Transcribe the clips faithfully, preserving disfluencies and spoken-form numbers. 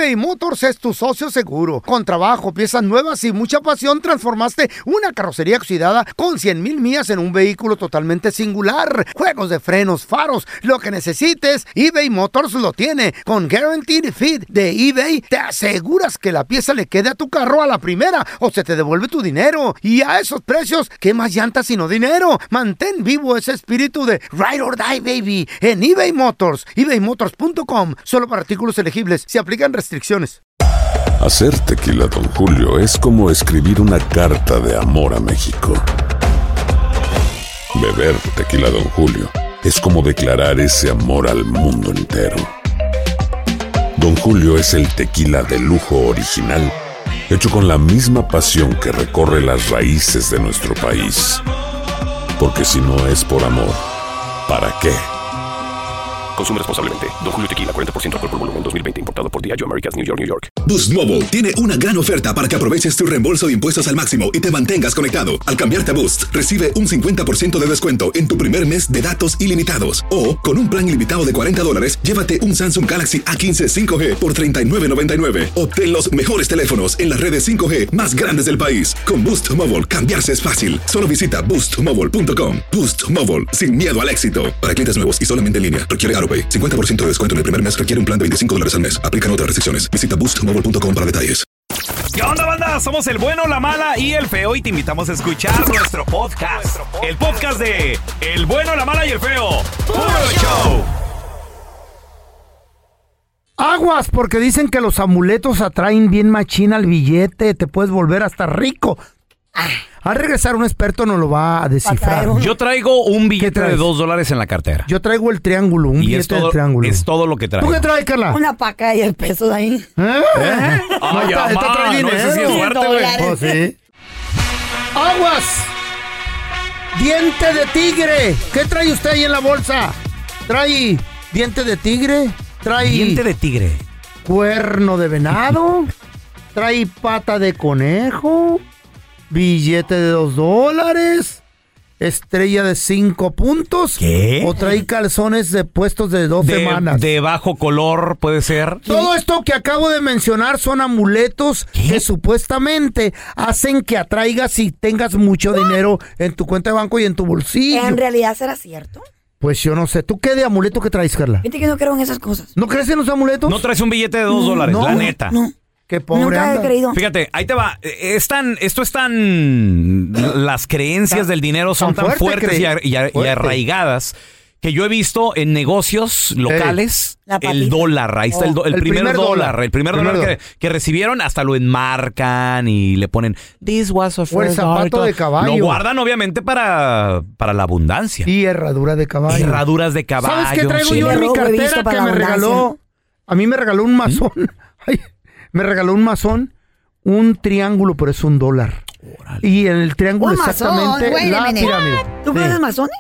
eBay Motors es tu socio seguro. Con trabajo, piezas nuevas y mucha pasión, transformaste una carrocería oxidada con cien mil millas en un vehículo totalmente singular. Juegos de frenos, faros, lo que necesites, eBay Motors lo tiene. Con Guaranteed Fit de eBay, te aseguras que la pieza le quede a tu carro a la primera o se te devuelve tu dinero. Y a esos precios, ¿qué más llantas sino dinero? Mantén vivo ese espíritu de Ride or Die, baby, en eBay Motors. ebay motors punto com. Solo para artículos elegibles. Se aplican restricciones. Hacer tequila Don Julio es como escribir una carta de amor a México. Beber tequila Don Julio es como declarar ese amor al mundo entero. Don Julio es el tequila de lujo original, hecho con la misma pasión que recorre las raíces de nuestro país. Porque si no es por amor, ¿para qué? Consume responsablemente. Don Julio Tequila, cuarenta por ciento alcohol por volumen, dos mil veinte. Importado por Diageo Americas, New York, New York. Boost Mobile tiene una gran oferta para que aproveches tu reembolso de impuestos al máximo y te mantengas conectado. Al cambiarte a Boost, recibe un cincuenta por ciento de descuento en tu primer mes de datos ilimitados. O, con un plan ilimitado de cuarenta dólares, llévate un Samsung Galaxy A quince cinco G por treinta y nueve noventa y nueve. Obtén los mejores teléfonos en las redes cinco G más grandes del país. Con Boost Mobile, cambiarse es fácil. Solo visita boost mobile punto com. Boost Mobile, sin miedo al éxito. Para clientes nuevos y solamente en línea, requiere AutoPay. cincuenta por ciento de descuento en el primer mes requiere un plan de veinticinco dólares al mes. Aplican otras restricciones. Visita boost mobile punto com para detalles. ¿Qué onda, banda? Somos el bueno, la mala y el feo y te invitamos a escuchar nuestro podcast. El podcast de El bueno, la mala y el feo. ¡Puro show! Aguas, porque dicen que los amuletos atraen bien machina al billete. Te puedes volver hasta rico. Al regresar, un experto nos lo va a descifrar. Yo traigo un billete de dos dólares en la cartera. Yo traigo el triángulo, un y billete es todo, del triángulo. Es todo lo que traigo. ¿Tú qué traes, Carla? Una paca y el peso de ahí. ¿Eh? ¿Eh? Ay, esta, esta amá, trae no, dinero. ese sí es fuerte, güey. Oh, sí. ¡Aguas! ¡Diente de tigre! ¿Qué trae usted ahí en la bolsa? ¿Trae diente de tigre? ¿Trae diente de tigre? ¿Cuerno de venado? ¿Trae pata de conejo? ¿Billete de dos dólares? ¿Estrella de cinco puntos? ¿Qué? ¿O trae calzones de puestos de dos de, semanas? De bajo color, puede ser. Todo esto que acabo de mencionar son amuletos ¿Qué? que supuestamente hacen que atraigas y tengas mucho dinero en tu cuenta de banco y en tu bolsillo. ¿En realidad será cierto? Pues yo no sé. ¿Tú qué de amuleto que traes, Carla? Fíjate que no creo en esas cosas. ¿No crees en los amuletos? No traes un billete de dos dólares, no, la neta. No. Qué pobre Nunca anda. he creído. Fíjate, ahí te va. Es tan, esto es tan... Las creencias Tan- del dinero son tan tan fuerte fuertes y, ar- cre- y ar- y fuerte. arraigadas que yo he visto en negocios locales La patita. el dólar. Ahí está el, do- el el primer, primer dólar. dólar. El primer Primer dólar dólar. que, que recibieron hasta lo enmarcan y le ponen This was a O el first zapato dollar. de caballo. Lo guardan obviamente para, para la abundancia. Y herradura de caballo. Herraduras de caballo. ¿Sabes qué traigo sí. yo en mi Robo he visto cartera para que la me regaló? abundancia. A mí me regaló un masón. Ay, me regaló un masón, un triángulo, pero es un dólar. Órale. Y en el triángulo Un masón, exactamente wait a la minute. pirámide. ¿Tú Sí. conoces masones?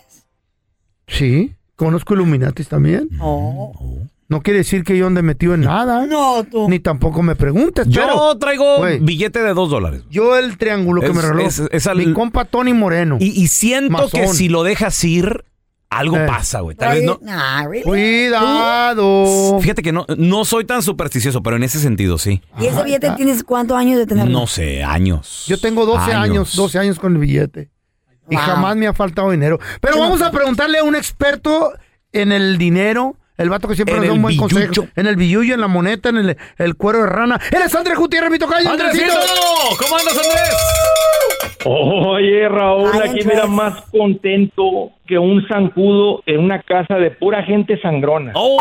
Sí, conozco Illuminatis también. Oh. No quiere decir que yo ande metido en nada. No, tú. Ni tampoco me preguntes. Yo pero traigo güey, billete de dos dólares. yo el triángulo que Es- me regaló. es- es al- mi compa Tony Moreno. Y, y siento Masón. que si lo dejas ir, algo Eh. pasa, güey. Tal vez no. Nah, really? Cuidado. Fíjate que no, no soy tan supersticioso, pero en ese sentido sí. ¿Y ese billete tienes cuántos años de tenerlo? No sé, años. Yo tengo doce años, doce años con el billete. Y Wow. jamás me ha faltado dinero. Pero Qué vamos a loco. preguntarle a un experto en el dinero. El vato que siempre En nos da el un buen billuyo. consejo. En el billullo, en la moneta, en el, el cuero de rana. ¡Eres Andrés Gutiérrez, mi tocayo! ¡Andresito! ¿Cómo andas, Andrés? Oye, Raúl, Ay, aquí Andrés. mira más contento que un zancudo en una casa de pura gente sangrona. Oh.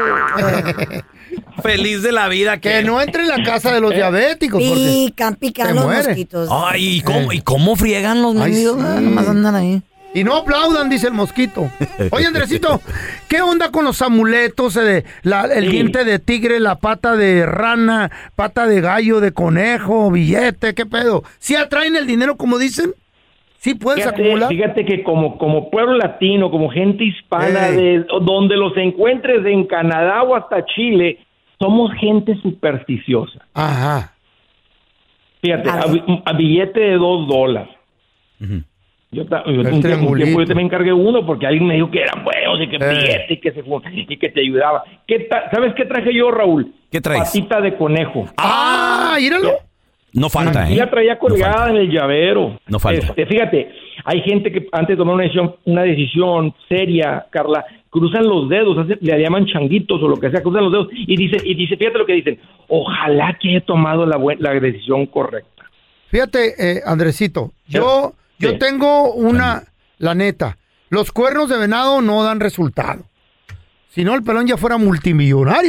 Feliz de la vida que... Que no entre en la casa de los diabéticos. Porque Pican, pican se los muere. mosquitos. Ay, ¿y cómo, ¿y cómo friegan los Ay, mendigos? sí. Ah, nomás andan ahí. Y no aplaudan, dice el mosquito. Oye, Andresito, ¿qué onda con los amuletos? eh, de la- el Sí. diente de tigre, la pata de rana, pata de gallo, de conejo, billete, ¿qué pedo? ¿Sí atraen el dinero como dicen? ¿Sí puedes Fíjate, acumular? fíjate que como, como pueblo latino, como gente hispana, Ey. de donde los encuentres en Canadá o hasta Chile, somos gente supersticiosa. Ajá. Fíjate, A a, ver. a billete de dos dólares. Ujú. Yo, ta- yo El un, tiempo, un triangulito. tiempo yo también encargué uno porque alguien me dijo que eran buenos buenos y que Eh. billete y que se y que te ayudaba. ¿Qué ta- ¿Sabes qué traje yo, Raúl? ¿Qué traes? Patita de conejo. ¡Ah! ¡Míralo! No falta, Y ¿eh? la traía colgada en el llavero. No falta. Este, fíjate, hay gente que antes de tomar una decisión, una decisión seria, Carla, cruzan los dedos, hace- le llaman changuitos o lo que sea, cruzan los dedos y dice, y dice, fíjate lo que dicen, ojalá que he tomado la, buen- la decisión correcta. Fíjate, eh, Andresito, yo, yo Sí. tengo una, la neta, los cuernos de venado no dan resultado. Si no, el pelón ya fuera multimillonario.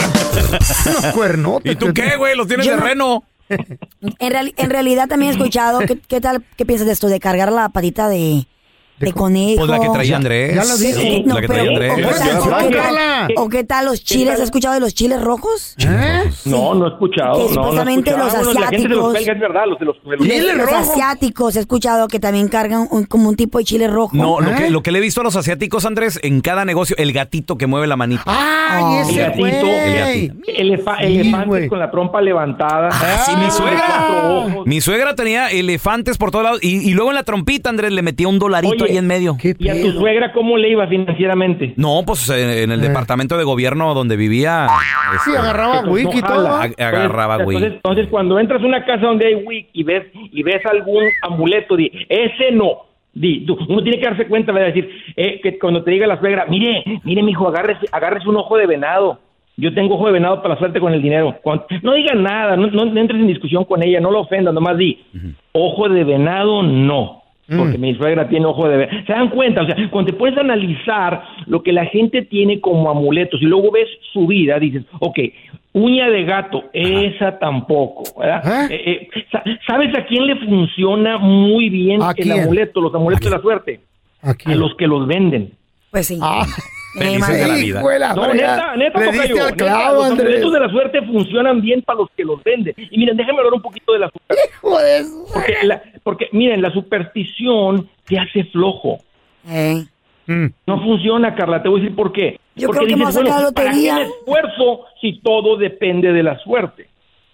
Unos cuernotes. ¿Y tú qué, güey? Los tienes Yo de no- reno. En, real- en realidad también he escuchado, ¿qué, qué tal, qué piensas de esto? De cargar la patita de, de conejo. Pues la que traía Andrés. ya la dije. Sí, la no, que pero- traía ¿o Andrés. qué tal- Ya, o ya, qué ya. tal- ¿O qué tal los chiles? ¿Has escuchado de los chiles rojos? ¿Eh? No, no he escuchado. Que no, no he supuestamente escuchado. los Bueno, la gente se los asiáticos- cuelga, es verdad, los de los, de los- ¿Chile Los rojo? asiáticos he escuchado que también cargan un- como un tipo de chile rojo. No, lo ¿Eh? que, lo que le he visto a los asiáticos, Andrés, en cada negocio, el gatito que mueve la manita. ¡Ay, Oh. ese El gatito, güey! el gatito. Elefa- Sí, elefantes güey. con la trompa levantada. Ah, sí, mi cuatro suegra. ojos. Mi suegra tenía elefantes por todos lados. Y, y luego en la trompita, Andrés, le metía un dolarito Oye, ahí en medio. ¿Qué ¿Y a tu pedo? suegra cómo le iba financieramente? No, pues en, en el Eh. departamento de gobierno donde vivía. Sí, este, agarraba Entonces, wiki y no todo. jala. Ag- agarraba Entonces, wiki. entonces, entonces, cuando entras a una casa donde hay wiki y ves, y ves algún amuleto, di, ese no. Di, tú- uno tiene que darse cuenta, ¿verdad? Decir, eh, que cuando te diga la suegra, mire, mire, mijo, agárrese, agárrese un ojo de venado. Yo tengo ojo de venado para la suerte con el dinero. Cuando- no digas nada, no, no entres en discusión con ella, no la ofendas, nomás di, ojo de venado, no. Porque mi suegra tiene ojo de venado. ¿Se dan cuenta? O sea, cuando te puedes analizar lo que la gente tiene como amuletos y luego ves su vida, dices, ok, uña de gato, esa tampoco, ¿verdad? ¿Eh? Eh, eh, sa- ¿Sabes a quién le funciona muy bien ¿A el quién? amuleto, los amuletos de la suerte? Aquí. A los que los venden. Pues sí. Ah, Me felices imagino. de la sí, vida. fue la No, fregada. neta, neta, Le tocayo, diste al neta, clavo, los Andrés. amuletos de la suerte funcionan bien para los que los venden. Y miren, déjenme hablar un poquito de la suerte. Hijo de su- Porque, la- porque miren, la superstición te hace flojo. Eh. Mm. No funciona, Carla, te voy a decir por qué. Yo Porque creo que me voy a sacar la ¿para qué lotería? el esfuerzo si todo depende de la suerte?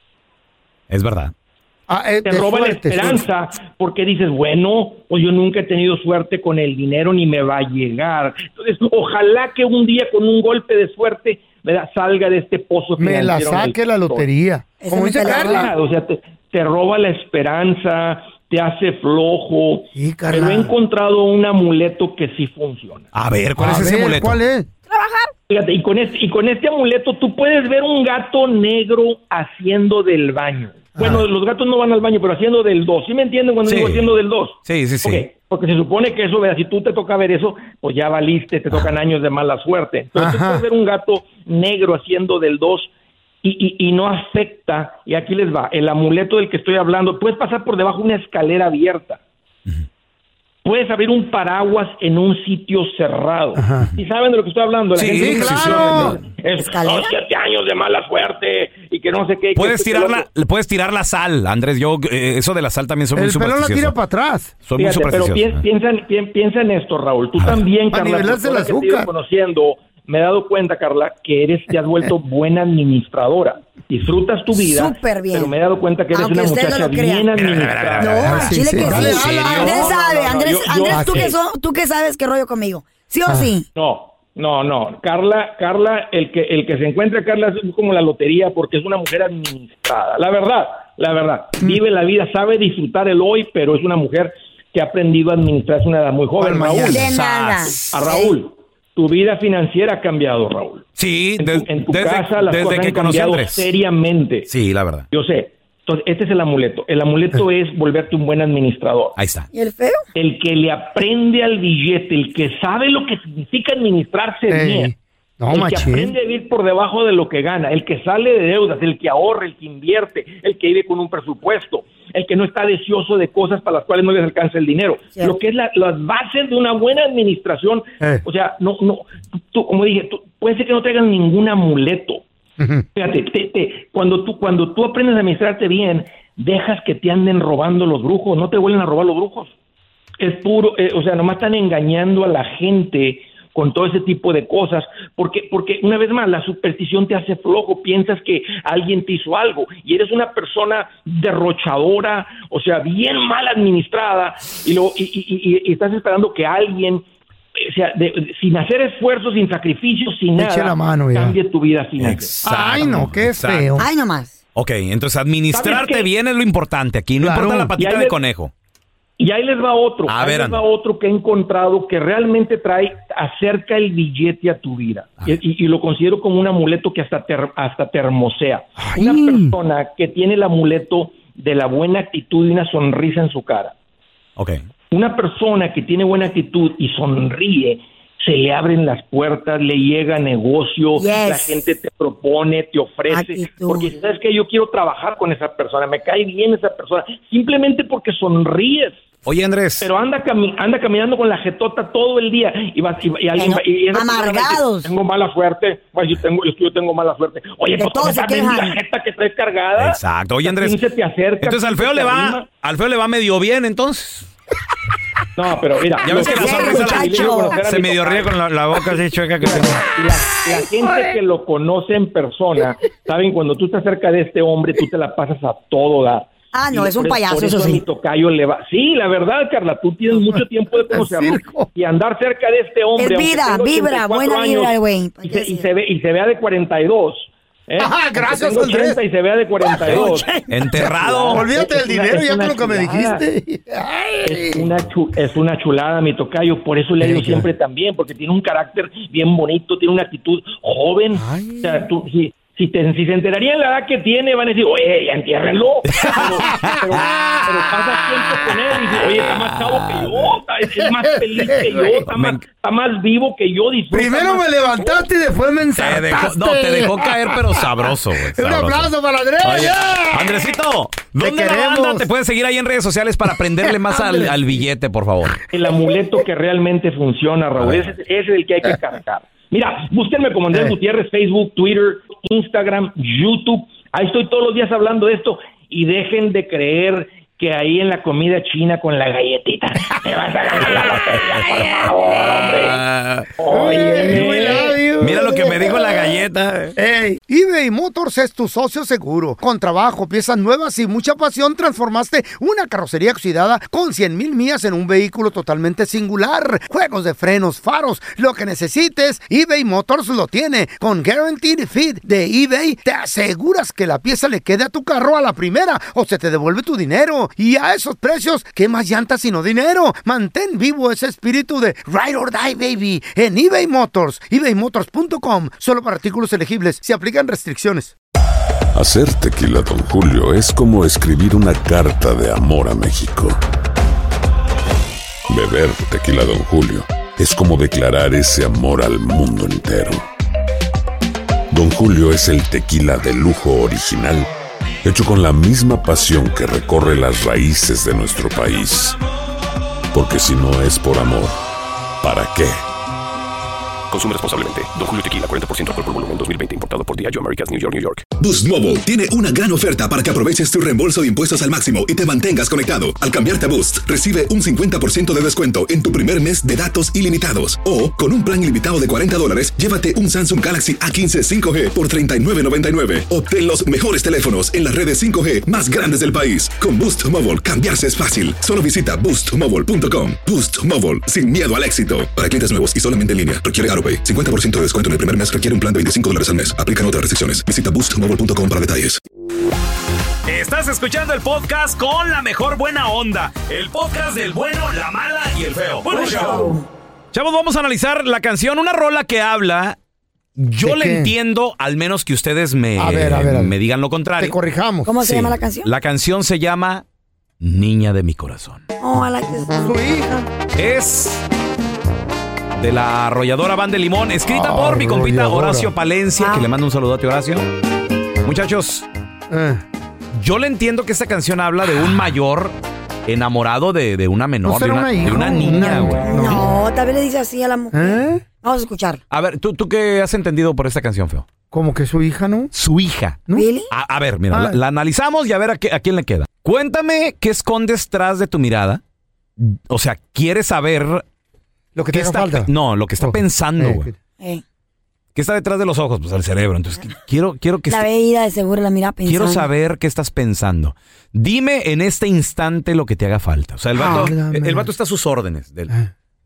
Es verdad. Ah, eh, Te de roba suerte, la esperanza porque dices, bueno, pues yo nunca he tenido suerte con el dinero ni me va a llegar. Entonces, ojalá que un día con un golpe de suerte, ¿verdad?, salga de este pozo suerte. Me la financiero en el saque la que estoy. lotería. Esa Como me dice te la Carla. Claro, o sea, te, te roba la esperanza, te hace flojo. Sí, Carla. Pero he encontrado un amuleto que sí funciona. A ver, ¿cuál A es ese ver, amuleto? ¿Cuál es? Fíjate, y con este, y con este amuleto tú puedes ver un gato negro haciendo del baño. Bueno, los gatos no van al baño, pero haciendo del dos. ¿Sí me entienden cuando Sí. digo haciendo del dos? Sí, sí, sí. Ok, porque se supone que eso, vea, si tú te toca ver eso, pues ya valiste, te tocan años de mala suerte. Entonces tú Ajá. puedes ver un gato negro haciendo del dos y, y, y no afecta. Y aquí les va, el amuleto del que estoy hablando, puedes pasar por debajo de una escalera abierta. Puedes abrir un paraguas en un sitio cerrado. Ajá. ¿Y saben de lo que estoy hablando? La Sí, gente sí, dice, claro. Es, ¿Escalera? "No, siete años de mala suerte y que no sé qué. que Puedes esto, que tirar, lo la, otro". puedes tirar la sal, Andrés. Yo, eh, eso de la sal también soy muy El pelón la supersticioso. tira para atrás. Soy muy Fíjate, pero supersticioso. pi- piensa, en- pi- piensa en esto, Raúl. Tú A ver. también, Para Carla, nivelarse por el todo lo que te he ido azúcar. conociendo, me he dado cuenta, Carla, que eres, te has vuelto buena administradora. Disfrutas tu vida, Súper bien. pero me he dado cuenta que eres Aunque una usted no muchacha lo crea. bien administrada. No, Ah, al sí, chile sí. que Dale, sí. dale, Andrés no, sabe, no, no, Andrés, yo- yo- Andrés, tú, sí. que so- tú que sabes qué rollo conmigo. ¿Sí o sí? No, no, no. Carla, Carla, el que, el que se encuentra, Carla, es como la lotería porque es una mujer administrada. La verdad, la verdad. Vive la vida, sabe disfrutar el hoy, pero es una mujer que ha aprendido a administrarse a una edad muy joven. Al Raúl, mañana. De nada. a Raúl, tu vida financiera ha cambiado, Raúl. Sí, En tu, de- en tu desde, casa las desde cosas que han conocí a cambiado Andrés. seriamente. Sí, la verdad. Yo sé. Entonces, este es el amuleto. El amuleto es volverte un buen administrador. Ahí está. ¿Y el feo? El que le aprende al billete, el que sabe lo que significa administrarse Ey. bien. No, el que machín. aprende a vivir por debajo de lo que gana, el que sale de deudas, el que ahorra, el que invierte, el que vive con un presupuesto, el que no está deseoso de cosas para las cuales no les alcanza el dinero. Cierto. Lo que es la- las bases de una buena administración. Eh. O sea, no, no, tú- tú, como dije, tú- puede ser que no traigan ningún amuleto. Ujú. Fíjate, te, te- cuando tú cuando tú aprendes a administrarte bien, dejas que te anden robando los brujos, no te vuelven a robar los brujos. Es puro, eh, o sea, nomás están engañando a la gente con todo ese tipo de cosas, porque porque una vez más la superstición te hace flojo, piensas que alguien te hizo algo y eres una persona derrochadora, o sea, bien mal administrada y luego y, y- y- y estás esperando que alguien o sea, de, de, sin hacer esfuerzos, sin sacrificios, sin Eche nada, la mano, ya. cambie tu vida sin Exacto. Ay, no, qué Exacto. feo. Ay, nomás. Ok, entonces administrarte qué? bien es lo importante aquí. No Claro. importa la Y patita ahí de le- conejo. Y ahí les va otro, A ahí ver, les anda. va otro que he encontrado que realmente trae, acerca el billete a tu vida. Y, y- y lo considero como un amuleto que hasta te, hasta te hermosea. Una persona que tiene el amuleto de la buena actitud y una sonrisa en su cara. Ok. Una persona que tiene buena actitud y sonríe, se le abren las puertas, le llega negocio, Yes. la gente te propone, te ofrece, Actitud. porque sabes que yo quiero trabajar con esa persona, me cae bien esa persona, simplemente porque sonríes. Oye, Andrés. Pero anda cami- anda caminando con la jetota todo el día y vas y, y alguien Bueno, va- y esa persona va a decir, amargados. tengo mala suerte, pues yo tengo, es que yo tengo mala suerte. Oye, De pues todo con se esa quejan. mendiga jeta que traes cargada. Exacto. Oye, Andrés. ¿quién se te acerca? Entonces al ¿quién feo se le te va, arrima? al feo le va medio bien, entonces. No, pero mira, Ya lo ves que que la yo sonrisa quiero muchacho. decirle, conocer a Se mi medio papá, ríe con la, la boca así chueca que tiene. La, la gente que lo conoce en persona, saben, cuando tú estás cerca de este hombre, tú te la pasas a todo dar. Ah, no, Y es un por- payaso, por eso a sí. mi tocayo le va. Sí, la verdad, Carla, tú tienes mucho tiempo de conocerlo circo. y andar cerca de este hombre. Es aunque vida, tenga vibra, ochenta y cuatro buena años, vibra, güey. Y se, y se ve y se vea de cuarenta y dos. ¿eh? Ajá, Aunque gracias, tenga Andrés. ochenta y se vea de cuarenta y dos. Enterrado. Olvídate Es del una- dinero es ya una con lo que me chulada. dijiste. Ay. Es una, chu- es una chulada, mi tocayo, por eso le Sí, digo claro. siempre también, porque tiene un carácter bien bonito, tiene una actitud joven. Ay. O sea, tú, si, si, te, si se enterarían la edad que tiene, van a decir, oye, ya entiérrenlo. Pero, pero, pero pasa tiempo con él y dice, oye, está más chavo que yo, está, es, es más feliz que yo, está más, está más vivo que yo. disfruta Primero más. me levantaste y después me Te ensartaste. dejó, no, te dejó caer, pero sabroso, güey. Un sabroso. aplauso para Andrés. Oye, ¡Yeah! Andresito, ¿dónde la queremos. banda te puede seguir ahí en redes sociales para aprenderle más al, al billete, por favor? El amuleto que realmente funciona, Raúl, ese, ese es el que hay que cargar. Mira, búsquenme como Andrés Eh. Gutiérrez, Facebook, Twitter, Instagram, YouTube. Ahí estoy todos los días hablando de esto. Y dejen de creer que ahí en la comida china con la galletita te vas a ganar la lotería, por favor, Ah, hombre. We Óyeme. love you. mira lo que me dijo la galleta. Ey, eBay Motors es tu socio seguro. Con trabajo, piezas nuevas y mucha pasión, transformaste una carrocería oxidada con cien mil millas en un vehículo totalmente singular. Juegos de frenos, faros, lo que necesites, eBay Motors lo tiene. Con Guaranteed Fit de eBay, te aseguras que la pieza le quede a tu carro a la primera o se te devuelve tu dinero. Y a esos precios, ¿qué más llantas sino dinero? Mantén vivo ese espíritu de Ride or Die, baby, en eBay Motors. ebay motors punto com. Solo para artículos elegibles. Se aplican restricciones. Hacer tequila, Don Julio, es como escribir una carta de amor a México. Beber tequila, Don Julio, es como declarar ese amor al mundo entero. Don Julio es el tequila de lujo original, hecho con la misma pasión que recorre las raíces de nuestro país. Porque si no es por amor, ¿para qué? Consume responsablemente. Don Julio Tequila, cuarenta por ciento alcohol por volumen, dos mil veinte. Importado por Diageo Americas, New York, New York. Boost Mobile tiene una gran oferta para que aproveches tu reembolso de impuestos al máximo y te mantengas conectado. Al cambiarte a Boost, recibe un cincuenta por ciento de descuento en tu primer mes de datos ilimitados. O, con un plan ilimitado de cuarenta dólares, llévate un Samsung Galaxy A quince cinco G por treinta y nueve noventa y nueve. Obtén los mejores teléfonos en las redes cinco G más grandes del país. Con Boost Mobile, cambiarse es fácil. Solo visita boost mobile punto com. Boost Mobile, sin miedo al éxito. Para clientes nuevos y solamente en línea, requiere AutoPay. cincuenta por ciento de descuento en el primer mes requiere un plan de veinticinco dólares al mes. Aplican otras restricciones. Visita boost mobile punto com para detalles. Estás escuchando el podcast con la mejor buena onda. El podcast del bueno, la mala y el feo. Bueno, show. Chavos, vamos a analizar la canción, una rola que habla. Yo ¿De le qué? entiendo, al menos que ustedes me, A ver, a ver, a ver. me digan lo Te contrario. corrijamos. ¿Cómo se Sí. llama la canción? La canción se llama Niña de mi corazón. Oh, I like this. Su hija. Es de la arrolladora Banda de Limón, escrita por mi compita Arrolladora. Horacio Palencia, Ah. que le mando un saludote, Horacio. Muchachos, Eh. yo le entiendo que esta canción habla de un mayor enamorado de, de una menor, ¿No de será una, una de hija? una niña, Una- güey. No, tal vez le dice así a la mujer. ¿Eh? Vamos a escuchar. A ver, ¿tú, ¿tú qué has entendido por esta canción, feo? Como que su hija, ¿no? Su hija. ¿No? ¿Really? A, a ver, mira, Ah. la, la analizamos y a ver a, qué- a quién le queda. Cuéntame qué escondes tras de tu mirada. O sea, ¿quieres saber Lo que qué te haga está falta. pe- No, lo que está Oh. pensando, Eh, güey. Eh, ¿Qué está detrás de los ojos? Pues el cerebro. Entonces, qu- quiero, quiero que la est- veía de seguro, la mira pensando. quiero saber qué estás pensando. Dime en este instante lo que te haga falta. O sea, el vato, Háblame. el, el vato está a sus órdenes. del- Eh.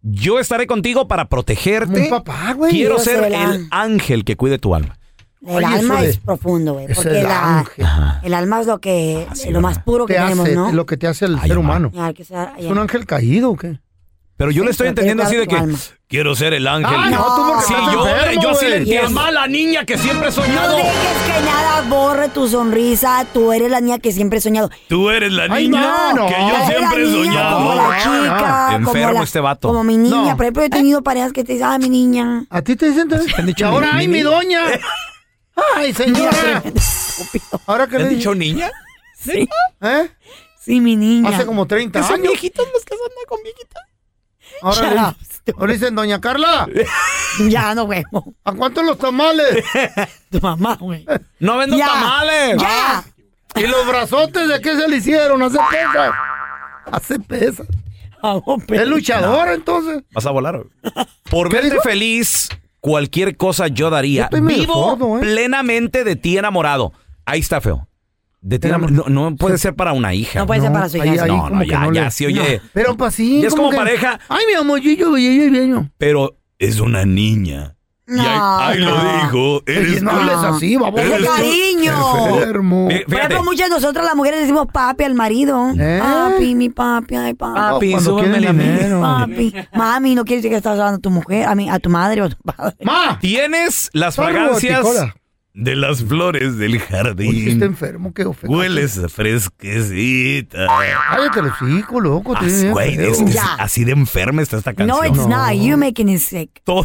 Yo estaré contigo para protegerte. Un papá, güey. Quiero Quiero ser ser el el ángel que cuide tu alma. El Oye, alma eso de- es profundo, güey. es Porque el la, ángel. el alma es lo que Ah, sí, lo más ¿verdad? puro que Te tenemos, hace, ¿no? lo que te hace el Ay, ser mamá. humano. Ya, hay que ser- ¿Es un ángel caído o qué? Pero yo Sí, le estoy pero entendiendo así de quiero que cuidar tu alma. quiero ser el ángel. Ay, no, tú porque Sí, estás yo, enfermo, yo sí le güey. entiendo. Yes. Mamá, la niña que siempre he No soñado. dejes que nada borre tu sonrisa. Tú eres la niña que siempre he soñado. Tú eres la Ay, niña no, no. que yo Eres siempre he la niña soñado. Como No, la chica. no. como Enfermo la- este vato. Como mi niña. No. Por ejemplo, he tenido parejas que te dicen, ah, mi niña. ¿A ti te dicen? ¿Te han dicho Y ahora, mi- ay, mi mi niña? doña. Ay, señora. ¿Ahora qué ¿Te le han dicho dije? niña? Sí. ¿Eh? Sí, mi niña. Hace como treinta Que son años. viejitos los que andan con viejitas. Ahora Shut le, up, ahora dicen, doña Carla, Ya, no, güey. ¿a cuánto los tamales? Tu mamá, güey. No vendo Ya. tamales. Ya. ¿Y los brazotes de qué se le hicieron? Hace pesas. Hace pesas. Hago Es pe- luchador, entonces. Vas a volar. Por ¿Qué verte dijo? feliz, cualquier cosa yo daría. Yo estoy medio Vivo sordo, ¿eh? plenamente de ti enamorado. Ahí está feo. De ti Espérame. enamorado. No, no puede ser para una hija. No puede ser para su ahí- hija. ahí No, como no, que ya, no ya, le- sí, oye. Pero pues sí. Y es como pareja. Ay, mi amorcillo, bello, bello. Pero es una niña. No, y ahí, ahí no. lo dijo. Eres no tú. hables así, baboso. Es de Eres tú. cariño. Enfermo. Fí- Por Fíjate. ejemplo, muchas de nosotras las mujeres decimos papi al marido. ¿Eh? Papi, mi papi, ay papi. Papi, cuando súbeme quieren la dinero. Papi. Mami, no quiere decir que estás hablando a tu mujer, a, mi, a tu madre o a tu padre. ¡Ma! Tienes las Sorbo, fragancias ticola. de las flores del Oye, está jardín. enfermo, qué ofensa. Hueles fresquecita. Cállate el hocico, loco. Ah, te ves güey, feo. es que es- Ya. así de enferma está esta canción. No, it's No. not. You're making it sick. To-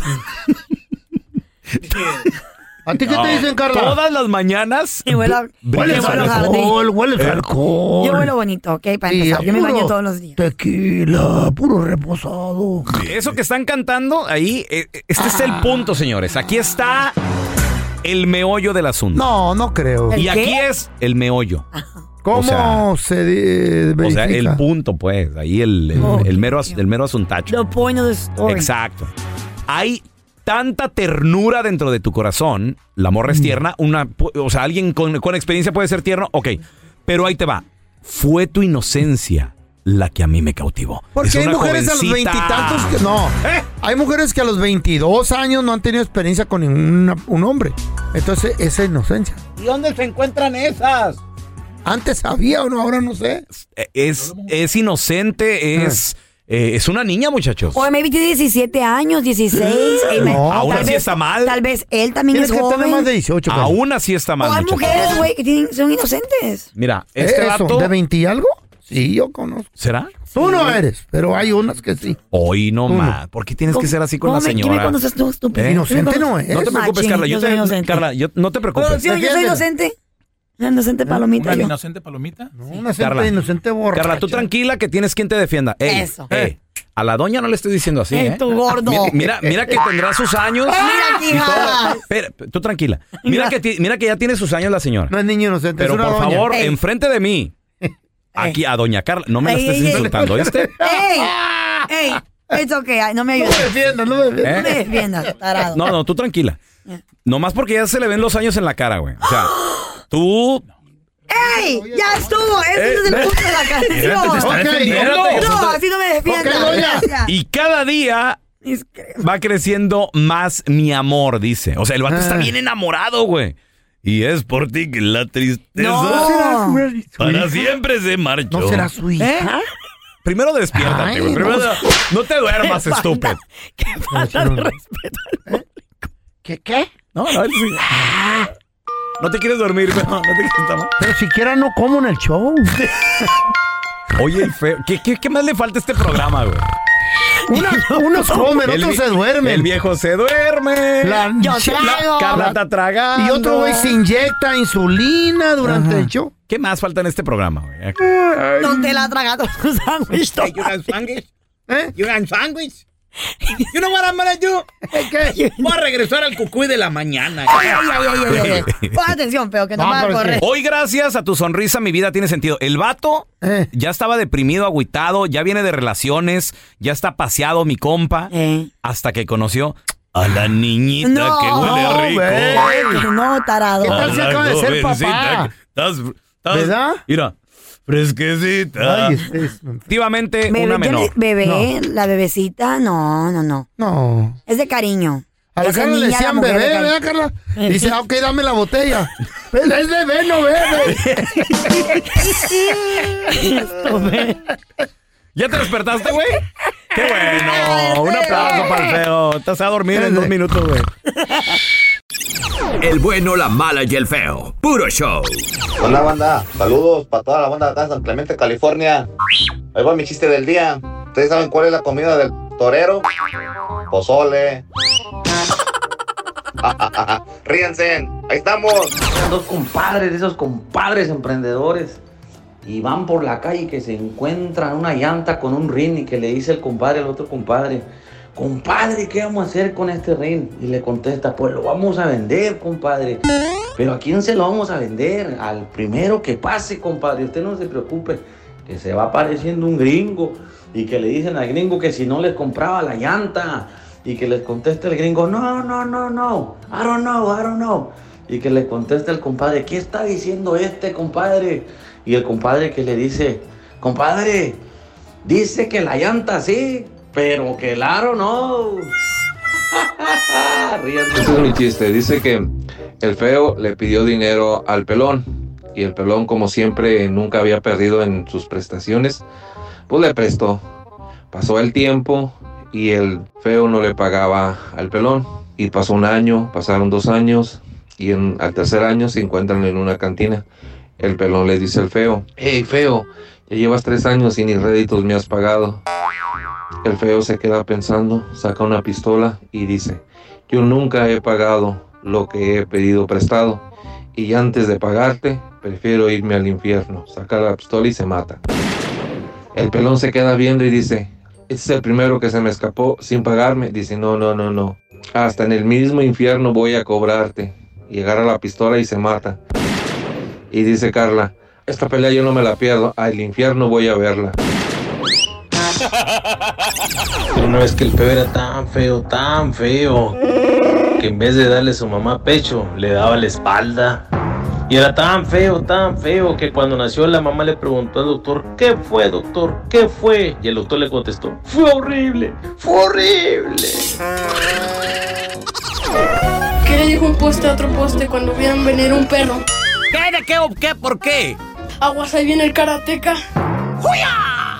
¿A ti qué te dicen, Carla? Todas las mañanas. Y huele a- Huele Qué a bueno, alcohol, huele a alcohol. Yo huelo bonito, ¿ok? Para Sí, empezar. Yo me puro baño todos los días. Tequila, puro reposado. Eso que están cantando ahí, eh, este es el punto, señores. Aquí está el meollo del asunto. No, no creo. ¿El Y aquí qué? es el meollo. ¿Cómo o sea, se di- O sea, verifica? el punto, pues. Ahí el, el, Oh, el mero, Dios. as- el mero asuntacho. The point of the story. Exacto. Hay tanta ternura dentro de tu corazón. La morra Mm. es tierna. Una, pu- o sea, alguien con, con experiencia puede ser tierno. Ok. Pero ahí te va. Fue tu inocencia la que a mí me cautivó. Porque Es hay una mujeres a los jovencita. veintitantos que no. ¿Eh? Hay mujeres que a los veintidós años no han tenido experiencia con ningún un hombre. Entonces, esa es inocencia. ¿Y dónde se encuentran esas? Antes había o no, ahora no sé. Es, es inocente, es, eh, es una niña, muchachos. O maybe tiene diecisiete años, dieciséis. Ey, me- No, aún tal así vez- está mal. Tal vez él también Tienes es que tener joven. más de dieciocho. Carla. Aún así está mal, O hay muchachos. mujeres, güey, que tienen- son inocentes. Mira, este ¿Eso? vato... ¿De veinte y algo? Sí, yo conozco. ¿Será? Tú no eres, pero hay unas que sí. Hoy no Tú no. más. ¿Por qué tienes que ser así con ¿Cómo la me- ¿Qué me señora? conoces tú, estúpido? ¿Eh? Inocente no es. No te preocupes, Machín, Carla. Yo yo soy te, inocente. Carla, yo, no te preocupes. Pero sí, yo soy Defiéndela. inocente. Una inocente palomita. ¿Una yo. inocente palomita? No, una gente Carla. inocente borracha. Carla, tú tranquila que tienes quien te defienda. Ey, Eso. ey, a la doña no le estoy diciendo así, Ey, ¿eh? tú gordo. Mira, mira, mira que tendrá sus años. Mira, y todo. hija. Espera, tú tranquila. Mira que, ti- mira que ya tiene sus años la señora. No es niño inocente, Pero es una por doña. favor, Ey. enfrente de mí, aquí a doña Carla, no me la Ey, estés ey, ey. insultando, ¿viste? ¡Ey! ¡Ey! Es okay, ay, no me No ayudes. me defiendas, no me defiendas. No me defiendas, tarado. No, no, tú tranquila. Nomás porque ya se le ven los años en la cara, güey. O sea, tú... ¡Ey! ¡Ya estuvo! Ese es el Eh, punto de la canción. está Ok, defendiendo. No, así no me defiendas. Ok, doña. Gracias. Y cada día Discreto. va creciendo más mi amor, dice. O sea, el vato está Ah. bien enamorado, güey. Y es por ti que la tristeza No. para siempre se marchó. ¿No será su hija? Primero despiértate, Ay, güey. Primero, no. no te duermas, Qué falta- estúpido. Qué falta de respeto. ¿Qué, qué? No, no, él sí. No te quieres dormir, no, no te quieres estar- Pero siquiera no como en el show. Oye, el feo. ¿Qué, qué, qué más le falta a este programa, güey? Una- unos comen, El otros vi- se duermen. El viejo se duerme. La- Yo la- trago. Carla está tragando. Y otro güey se inyecta insulina durante Ajá. el show. ¿Qué más falta en este programa, güey? No te la ha tragado tu sándwich. ¿Eh? You got sandwich? You know what I'm gonna do? ¿Qué? Voy a regresar al cucuy de la mañana. Ay, ay, ay, ay, ay, ay. Pon atención, pero que no No, me va a pero es correr. Hoy, gracias a tu sonrisa, mi vida tiene sentido. El vato Eh. ya estaba deprimido, agüitado, ya viene de relaciones, ya está paseado mi compa, Eh. hasta que conoció a la niñita No, que huele no, rico. güey. Que no, tarado. ¿Qué tal A se la acaba de ser jovencita papá? que- estás- estás- ¿Verdad? Mira, Fresquecita. Ay, este es- Efectivamente, Bebé, una yo menor. le- bebé, la bebecita, no, no, no. No. Es de cariño. A la Esa Carla le niña, la decían mujer de bebé, cariño. ¿verdad, Carla? Dice, ah, ok, dame la botella. Es bebé, no bebe. ¿Ya te despertaste, güey? ¡Qué bueno! Un aplauso para el feo. Te vas a dormir en dos minutos, güey. El bueno, la mala y el feo. Puro show. Hola, banda. Saludos para toda la banda de acá en San Clemente, California. Ahí va mi chiste del día. ¿Ustedes saben cuál es la comida del torero? Pozole. Ríense. Ahí estamos. Dos compadres, de esos compadres emprendedores. Y van por la calle que se encuentran una llanta con un rin y que le dice el compadre al otro compadre: compadre, ¿qué vamos a hacer con este rin? Y le contesta: pues lo vamos a vender, compadre. ¿Pero a quién se lo vamos a vender? Al primero que pase, compadre. Usted no se preocupe, que se va apareciendo un gringo y que le dicen al gringo que si no les compraba la llanta. Y que les conteste el gringo: no, no, no, no, I don't know, I don't know. Y que le conteste el compadre: ¿qué está diciendo este, compadre? Y el compadre que le dice: compadre, dice que la llanta sí, pero que el aro no. Este es mi chiste. Dice que el feo le pidió dinero al pelón. Y el pelón, como siempre, nunca había perdido en sus prestaciones, pues le prestó. Pasó el tiempo y el feo no le pagaba al pelón. Y pasó un año, pasaron dos años, y en, al tercer año se encuentran en una cantina. El pelón le dice al feo: hey, feo, ya llevas tres años y ni réditos me has pagado. El feo se queda pensando, saca una pistola y dice: yo nunca he pagado lo que he pedido prestado, y antes de pagarte, prefiero irme al infierno. Saca la pistola y se mata. El pelón se queda viendo y dice: este es el primero que se me escapó sin pagarme. Dice: no, no, no, no. Hasta en el mismo infierno voy a cobrarte. Y agarra la pistola y se mata. Y dice Carla: esta pelea yo no me la pierdo. Al infierno voy a verla. Una vez que el feo era tan feo, tan feo, que en vez de darle a su mamá pecho, le daba la espalda. Y era tan feo, tan feo, que cuando nació la mamá le preguntó al doctor: ¿qué fue, doctor? ¿Qué fue? Y el doctor le contestó: fue horrible, fue horrible. ¿Qué le dijo un poste a otro poste cuando vieron venir un perro? ¿Qué? ¿De qué o qué? ¿Por qué? Aguas, ahí viene el karateca. ¡Juya!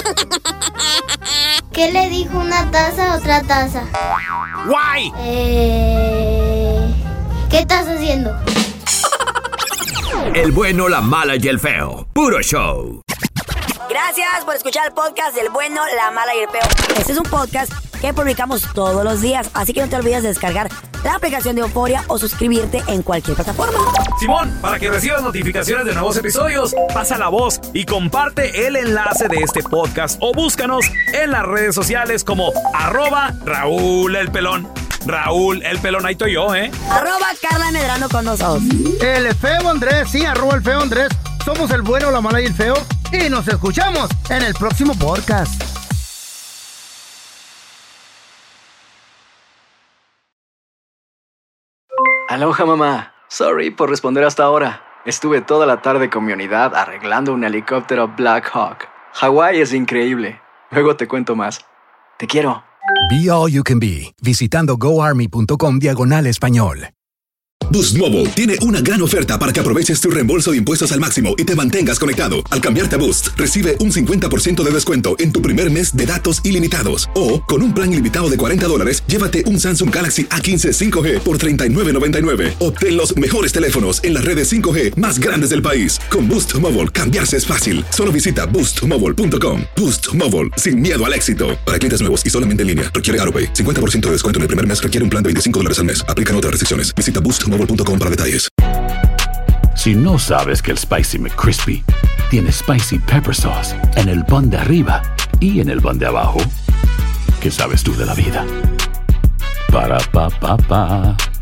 ¿Qué le dijo una taza a otra taza? ¡Guay! Eh... ¿Qué estás haciendo? El bueno, la mala y el feo. Puro show. Gracias por escuchar el podcast del bueno, la mala y el feo. Este es un podcast que publicamos todos los días, así que no te olvides de descargar la aplicación de Euforia o suscribirte en cualquier plataforma. Simón, para que recibas notificaciones de nuevos episodios, pasa la voz y comparte el enlace de este podcast o búscanos en las redes sociales como arroba Raúl el Pelón. Raúl el Pelón, ahí estoy yo, ¿eh? Arroba Carla Medrano con nosotros. El feo Andrés, sí, arroba el feo Andrés. Somos el bueno, la mala y el feo. Y nos escuchamos en el próximo podcast. Aloha, mamá. Sorry por responder hasta ahora. Estuve toda la tarde con mi unidad arreglando un helicóptero Black Hawk. Hawái es increíble. Luego te cuento más. Te quiero. Be All You Can Be, visitando goarmy.com diagonal español. Boost Mobile tiene una gran oferta para que aproveches tu reembolso de impuestos al máximo y te mantengas conectado. Al cambiarte a Boost, recibe un cincuenta por ciento de descuento en tu primer mes de datos ilimitados. O, con un plan ilimitado de cuarenta dólares, llévate un Samsung Galaxy A quince cinco G por treinta y nueve noventa y nueve. Obtén los mejores teléfonos en las redes cinco G más grandes del país. Con Boost Mobile, cambiarse es fácil. Solo visita boost mobile punto com. Boost Mobile, sin miedo al éxito. Para clientes nuevos y solamente en línea, requiere AutoPay. cincuenta por ciento de descuento en el primer mes requiere un plan de veinticinco dólares al mes. Aplican otras restricciones. Visita boost mobile punto com para detalles. Si no sabes que el Spicy McCrispy tiene Spicy Pepper Sauce en el pan de arriba y en el pan de abajo, ¿qué sabes tú de la vida? Para, pa, pa, pa.